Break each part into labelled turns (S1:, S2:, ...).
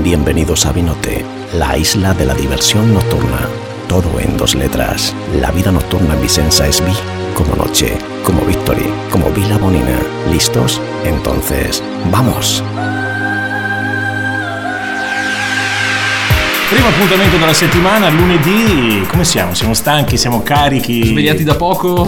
S1: Bienvenidos a Vinote, la isla de la diversión nocturna. Todo en 2 letras. La vida nocturna en Vicenza es vi como noche, como Victory, como Villa Bonina. ¿Listos? Entonces, ¡vamos!
S2: Primo appuntamento della settimana, lunedì. Come siamo? Siamo stanchi, siamo carichi.
S3: Svegliati da poco.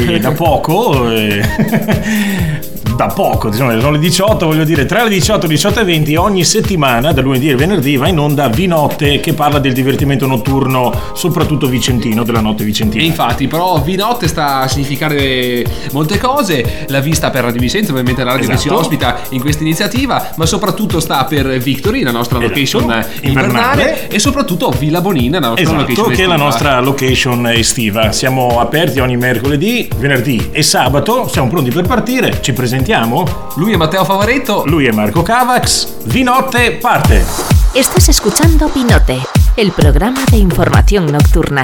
S2: Da poco, diciamo, sono le 18, voglio dire, tra le 18 e le 18:20 ogni settimana, da lunedì al venerdì, va in onda Vinotte, che parla del divertimento notturno, soprattutto vicentino, della notte vicentina.
S3: E infatti, però Vinotte sta a significare molte cose. La vista per Radio Vicenza, ovviamente la radio che ci ospita in questa iniziativa, ma soprattutto sta per Victory, la nostra location invernale, e soprattutto Villa Bonina, la nostra location estiva.
S2: Che è la nostra location estiva. Siamo aperti ogni mercoledì, venerdì e sabato, siamo pronti per partire, ci presentiamo.
S3: Lui è Matteo Favaretto.
S2: Lui è Marco Cavax. Vinotte parte.
S4: Estás escuchando Vinote, el programa de información nocturna.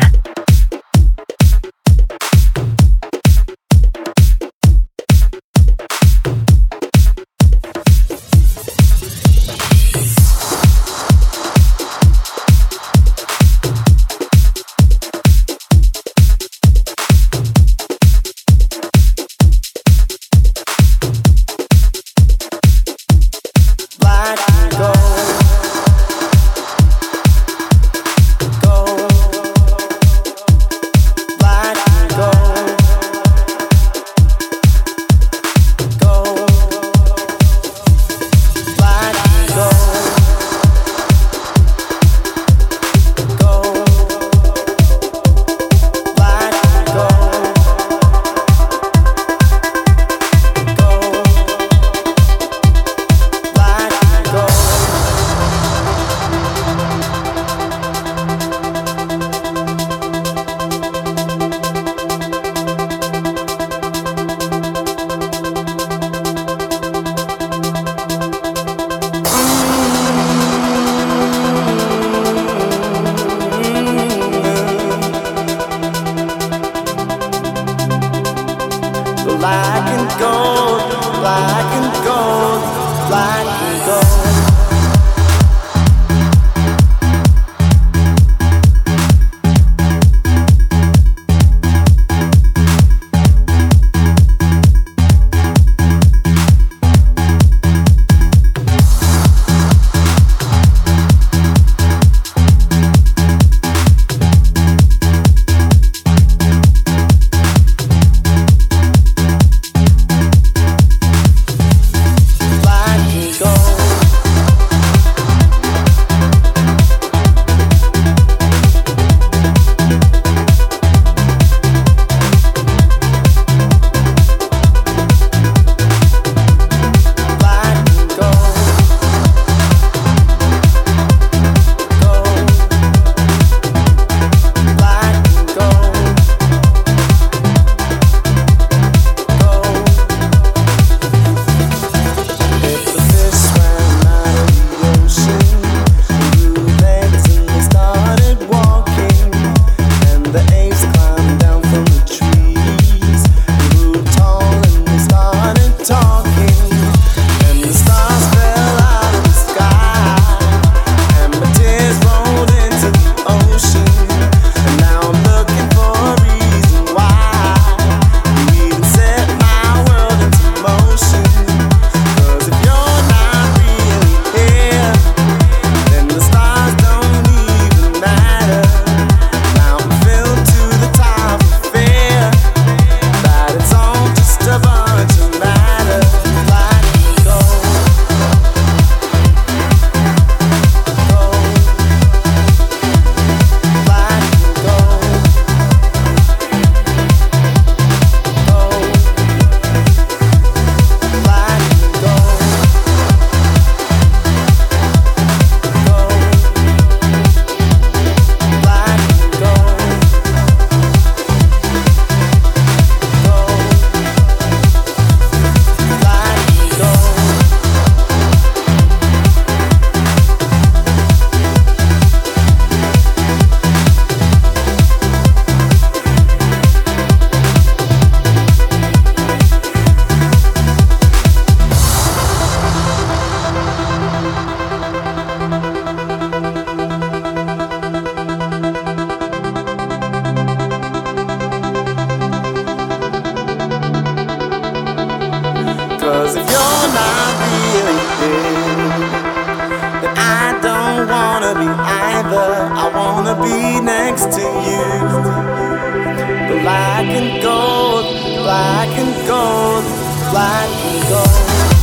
S5: black and gold, black and gold, black and gold.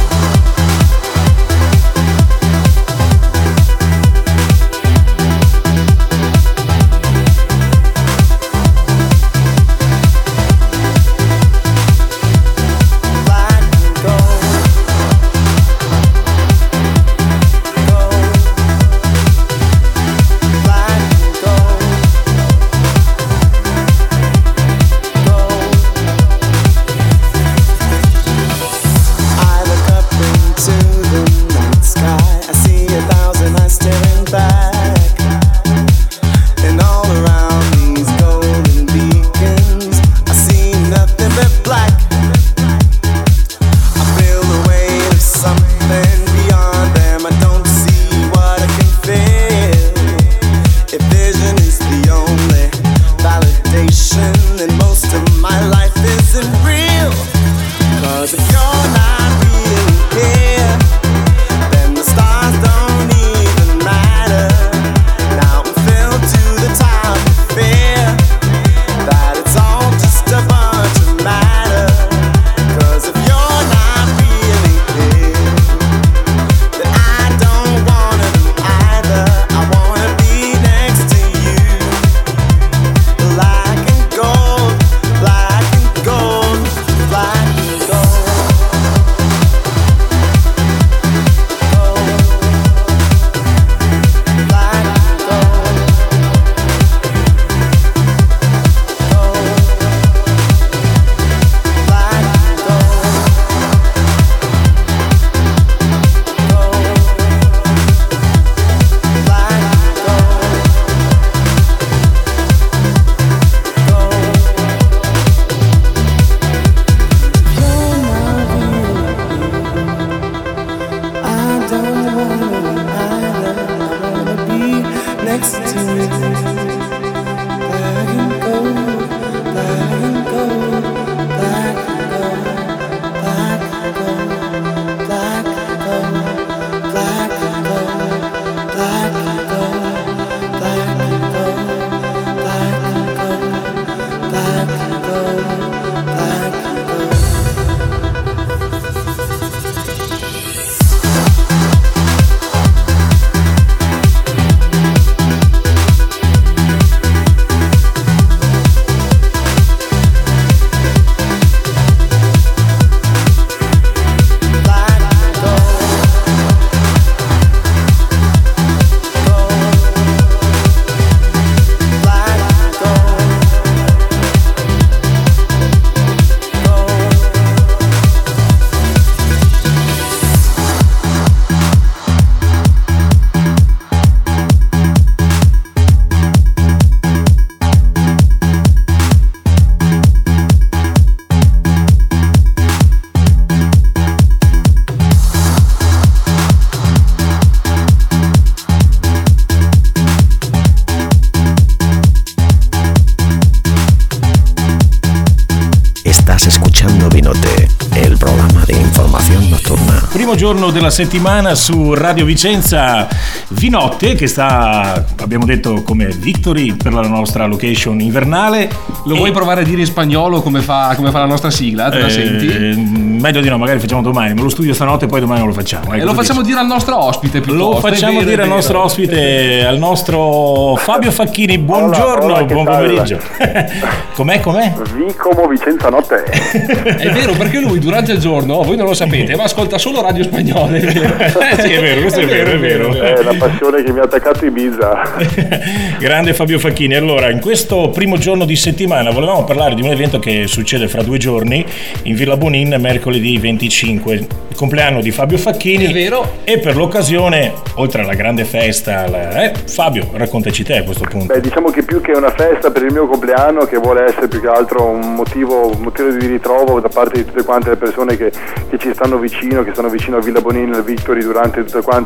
S2: Giorno della settimana su Radio Vicenza Vinotte, che sta, abbiamo detto, come Victory per la nostra location invernale.
S3: Lo vuoi provare a dire in spagnolo come fa la nostra sigla? Te la senti?
S2: Meglio di no, magari facciamo domani, me lo studio stanotte e poi domani non lo facciamo.
S3: E lo facciamo dire al nostro ospite piuttosto.
S2: Lo facciamo dire al nostro ospite, al nostro Fabio Facchini. Buongiorno,
S6: hola,
S2: buon pomeriggio. Com'è?
S6: Vi come Vicenza notte.
S3: È vero, perché lui durante il giorno, voi non lo sapete, ma ascolta solo radio spagnole.
S2: Sì, è vero, questo è vero.
S6: È la passione che mi ha attaccato Ibiza.
S2: Grande Fabio Facchini. Allora, in questo primo giorno di settimana volevamo parlare di un evento che succede fra 2 giorni in Villa Bonin, mercoledì 25, il compleanno di Fabio Facchini.
S3: È vero.
S2: E per l'occasione, oltre alla grande festa, Fabio, raccontaci te a questo punto.
S6: Beh, diciamo che più che una festa per il mio compleanno, che vuole essere più che altro un motivo di ritrovo da parte di tutte quante le persone che ci stanno vicino, che stanno vicino a Villa Bonin, al Victory, durante tutto quanto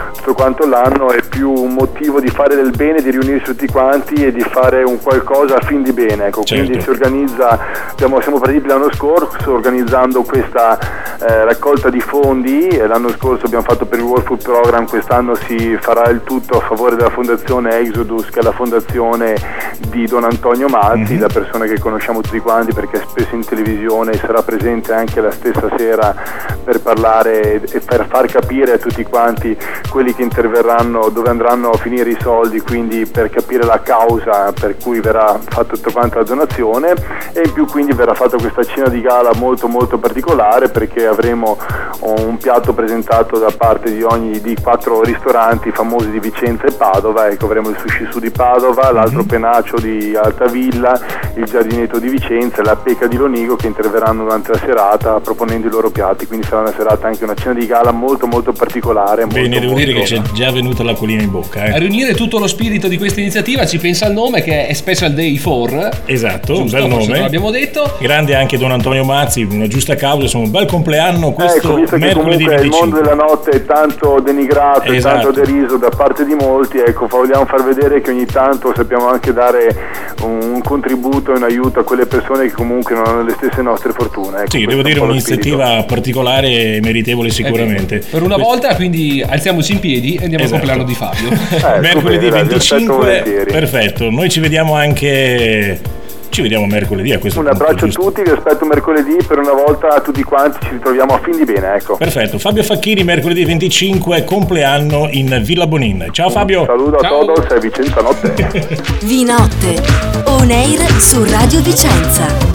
S6: tutto quanto l'anno, è più un motivo di fare del bene, di riunirsi tutti quanti e di fare un qualcosa a fin di bene, ecco.
S2: Certo.
S6: Quindi si organizza, siamo partiti l'anno scorso organizzando questa raccolta di fondi. L'anno scorso abbiamo fatto per il World Food Program, quest'anno si farà il tutto a favore della fondazione Exodus, che è la fondazione di Don Antonio Mazzi, la persona che conosciamo tutti quanti perché è spesso in televisione, sarà presente anche la stessa sera per parlare e per far capire a tutti quanti quelli che interverranno dove andranno a finire i soldi, quindi per capire la causa per cui verrà fatta tutta quanta la donazione. E in più quindi verrà fatta questa cena di gala molto molto particolare, perché avremo un piatto presentato da parte di 4 ristoranti famosi di Vicenza e Padova. Ecco, avremo il Sushi Su di Padova, l'Altro Penaccio di Altavilla, il Giardinetto di Vicenza e la Peca di Lonigo, che interverranno durante la serata proponendo i loro piatti. Quindi sarà una serata, anche una cena di gala molto molto particolare.
S2: Bene, devo dire che c'è già venuta l'acquolina in bocca.
S3: A riunire tutto lo spirito di questa iniziativa ci pensa il nome, che è Special Day 4.
S2: Esatto,
S3: giusto,
S2: un bel nome.
S3: L'abbiamo detto.
S2: Grande anche Don Antonio Mazzi, una giusta causa, insomma, un bel compleanno questo,
S6: ecco, visto che
S2: mercoledì
S6: comunque
S2: 25.
S6: il mondo della notte è tanto denigrato,
S2: Esatto.
S6: e tanto deriso da parte di molti, ecco, vogliamo far vedere che ogni tanto sappiamo anche dare un contributo e un aiuto a quelle persone che comunque non hanno le stesse nostre fortune. Ecco,
S2: sì, devo dire un'iniziativa particolare e meritevole sicuramente.
S3: Per una volta, quindi alziamoci in piedi e andiamo al compleanno di Fabio.
S2: Mercoledì 25, perfetto. Noi ci vediamo mercoledì a questo punto.
S6: Un abbraccio
S2: giusto?
S6: a tutti, vi aspetto mercoledì, per una volta tutti quanti ci ritroviamo a fin di bene, ecco.
S2: Perfetto, Fabio Facchini, mercoledì 25, compleanno in Villa Bonin. Ciao Fabio.
S6: Un saluto a todos e Vicenza Notte.
S4: Vinotte, on air su Radio Vicenza.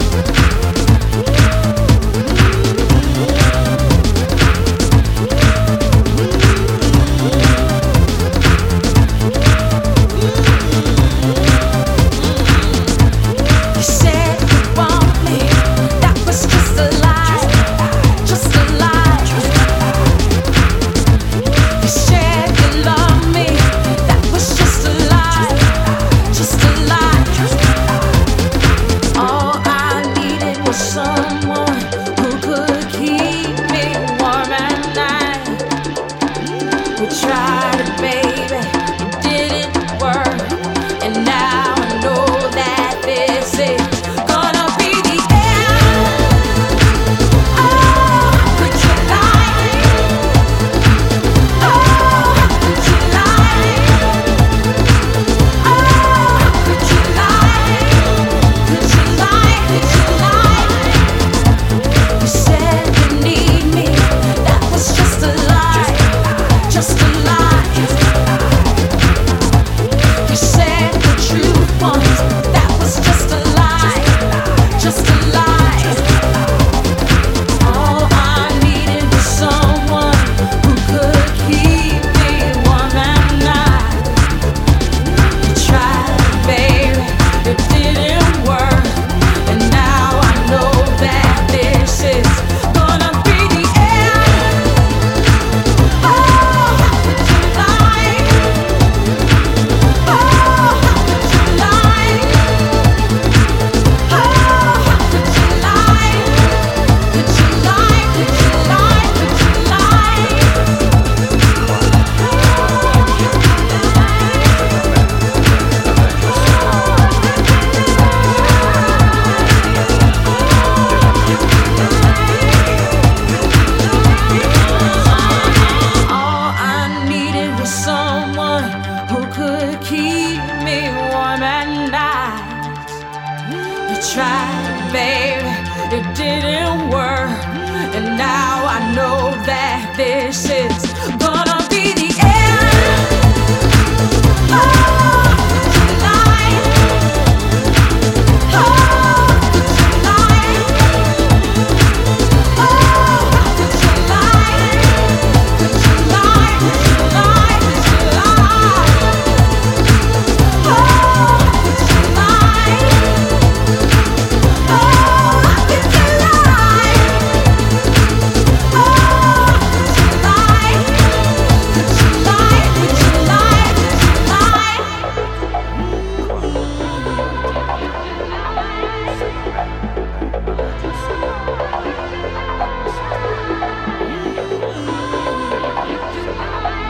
S7: Just a lie.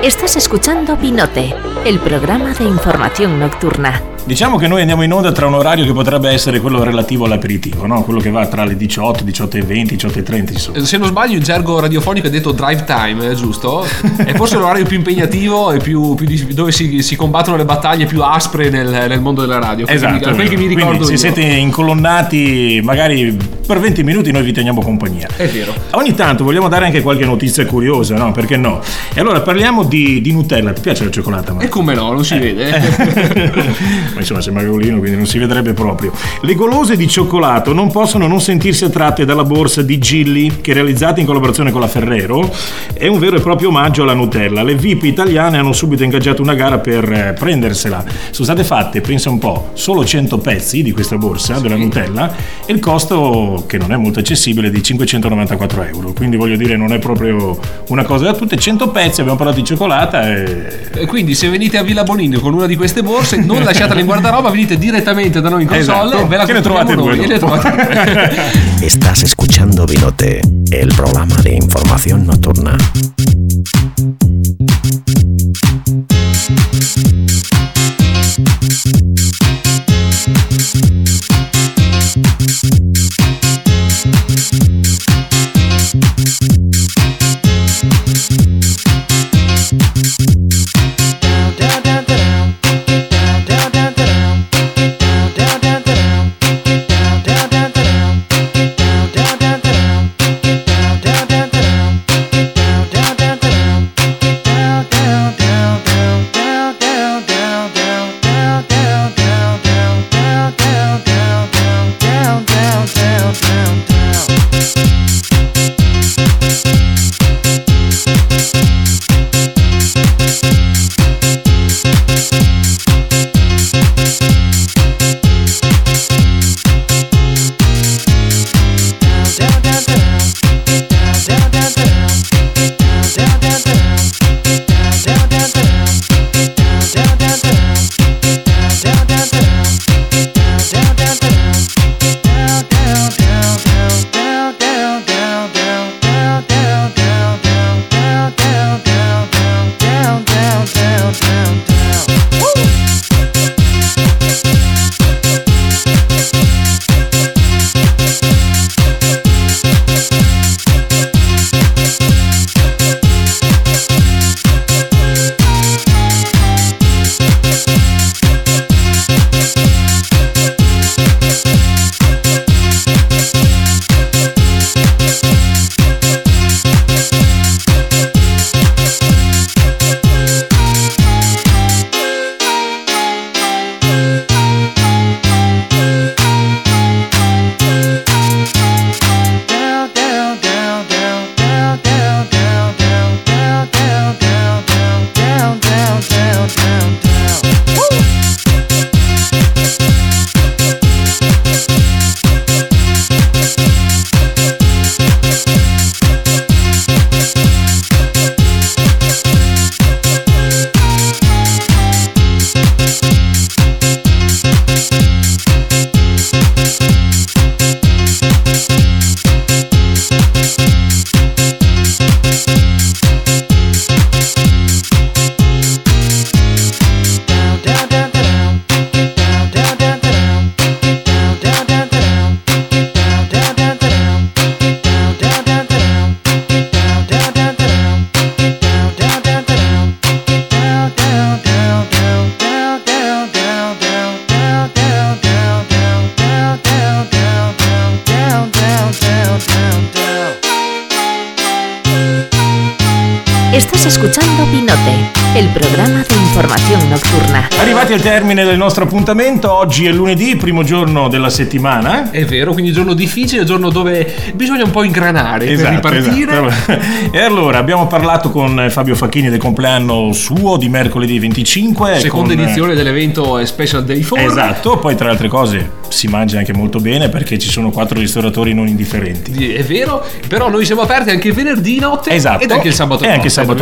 S4: Estás escuchando Pinote, el programa de información nocturna.
S2: Diciamo che noi andiamo in onda tra un orario che potrebbe essere quello relativo all'aperitivo, no? Quello che va tra le 18, 18:20, 18:30, insomma.
S3: Se non sbaglio, in gergo radiofonico è detto drive time, giusto? È forse l'orario più impegnativo e più dove si combattono le battaglie più aspre nel mondo della radio.
S2: Esatto.
S3: Quel che mi ricordo.
S2: Quindi, se siete incolonnati, magari per 20 minuti noi vi teniamo compagnia.
S3: È vero.
S2: Ogni tanto vogliamo dare anche qualche notizia curiosa, no? Perché no? E allora parliamo di Nutella. Ti piace la cioccolata?
S3: E come no, non si vede.
S2: Ma insomma, sembra Golino, quindi non si vedrebbe proprio. Le golose di cioccolato non possono non sentirsi attratte dalla borsa di Gilli, che realizzata in collaborazione con la Ferrero è un vero e proprio omaggio alla Nutella. Le VIP italiane hanno subito ingaggiato una gara per prendersela. Sono state fatte, pensa un po', solo 100 pezzi di questa borsa della Nutella e il costo, che non è molto accessibile, è di 594 euro. Quindi voglio dire, non è proprio una cosa da tutte. 100 pezzi, abbiamo parlato di cioccolata e
S3: quindi se venite a Villa Bonino con una di queste borse, non lasciatela in guardaroba, venite direttamente da noi in console,
S2: esatto.
S3: Ve la
S2: che ne trovate
S3: noi,
S2: due.
S3: le trovate.
S1: Estás escuchando Pinote, el programa de información nocturna.
S4: Estás escuchando Pinote, el programa de información nocturna.
S2: Arrivati al termine del nostro appuntamento, oggi è lunedì, primo giorno della settimana.
S3: È vero, quindi giorno difficile, giorno dove bisogna un po' ingranare per ripartire.
S2: Esatto. E allora abbiamo parlato con Fabio Facchini del compleanno suo di mercoledì 25.
S3: Seconda edizione dell'evento Special Day 4.
S2: Esatto, poi tra le altre cose si mangia anche molto bene perché ci sono 4 ristoratori non indifferenti.
S3: È vero, però noi siamo aperti anche venerdì notte,
S2: esatto,
S3: ed anche il sabato
S2: e
S3: notte.
S2: Anche sabato
S3: dobbiamo
S2: notte.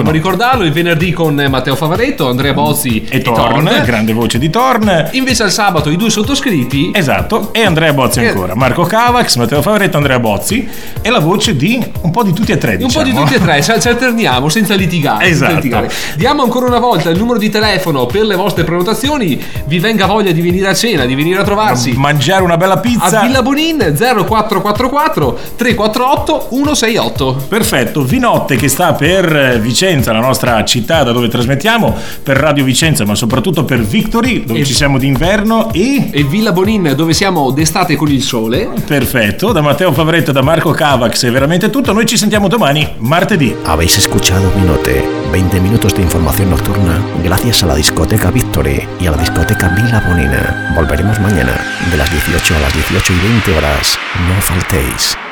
S3: ricordarlo, il venerdì con Matteo Favaretto, Andrea Bozzi
S2: e Thorn, grande voce di Thorn.
S3: Invece al sabato i due sottoscritti.
S2: Esatto, e Andrea Bozzi ancora. Marco Cavax, Matteo Favaretto, Andrea Bozzi, e la voce di un po' di tutti e tre, diciamo.
S3: Un po' di tutti e tre, ci alterniamo senza litigare.
S2: Esatto.
S3: Senza litigare. Diamo ancora una volta il numero di telefono per le vostre prenotazioni. Vi venga voglia di venire a cena, di venire a trovarsi,
S2: mangiare una bella pizza
S3: a Villa Bonin. 0444 348 168.
S2: Perfetto. Vinotte, che sta per Vicenza, la nostra città da dove trasmettiamo, per Radio Vicenza, ma soprattutto per Victory, dove ci siamo d'inverno, e
S3: Villa Bonin, dove siamo d'estate con il sole.
S2: Perfetto. Da Matteo Favaretto e da Marco Cavax è veramente tutto. Noi ci sentiamo domani, martedì.
S1: Habéis escuchado Vinote, 20 minutos de información nocturna gracias a la discoteca Victory y a la discoteca Villa Bonina. Volveremos mañana de las 18 a las 18:20 horas. No faltéis.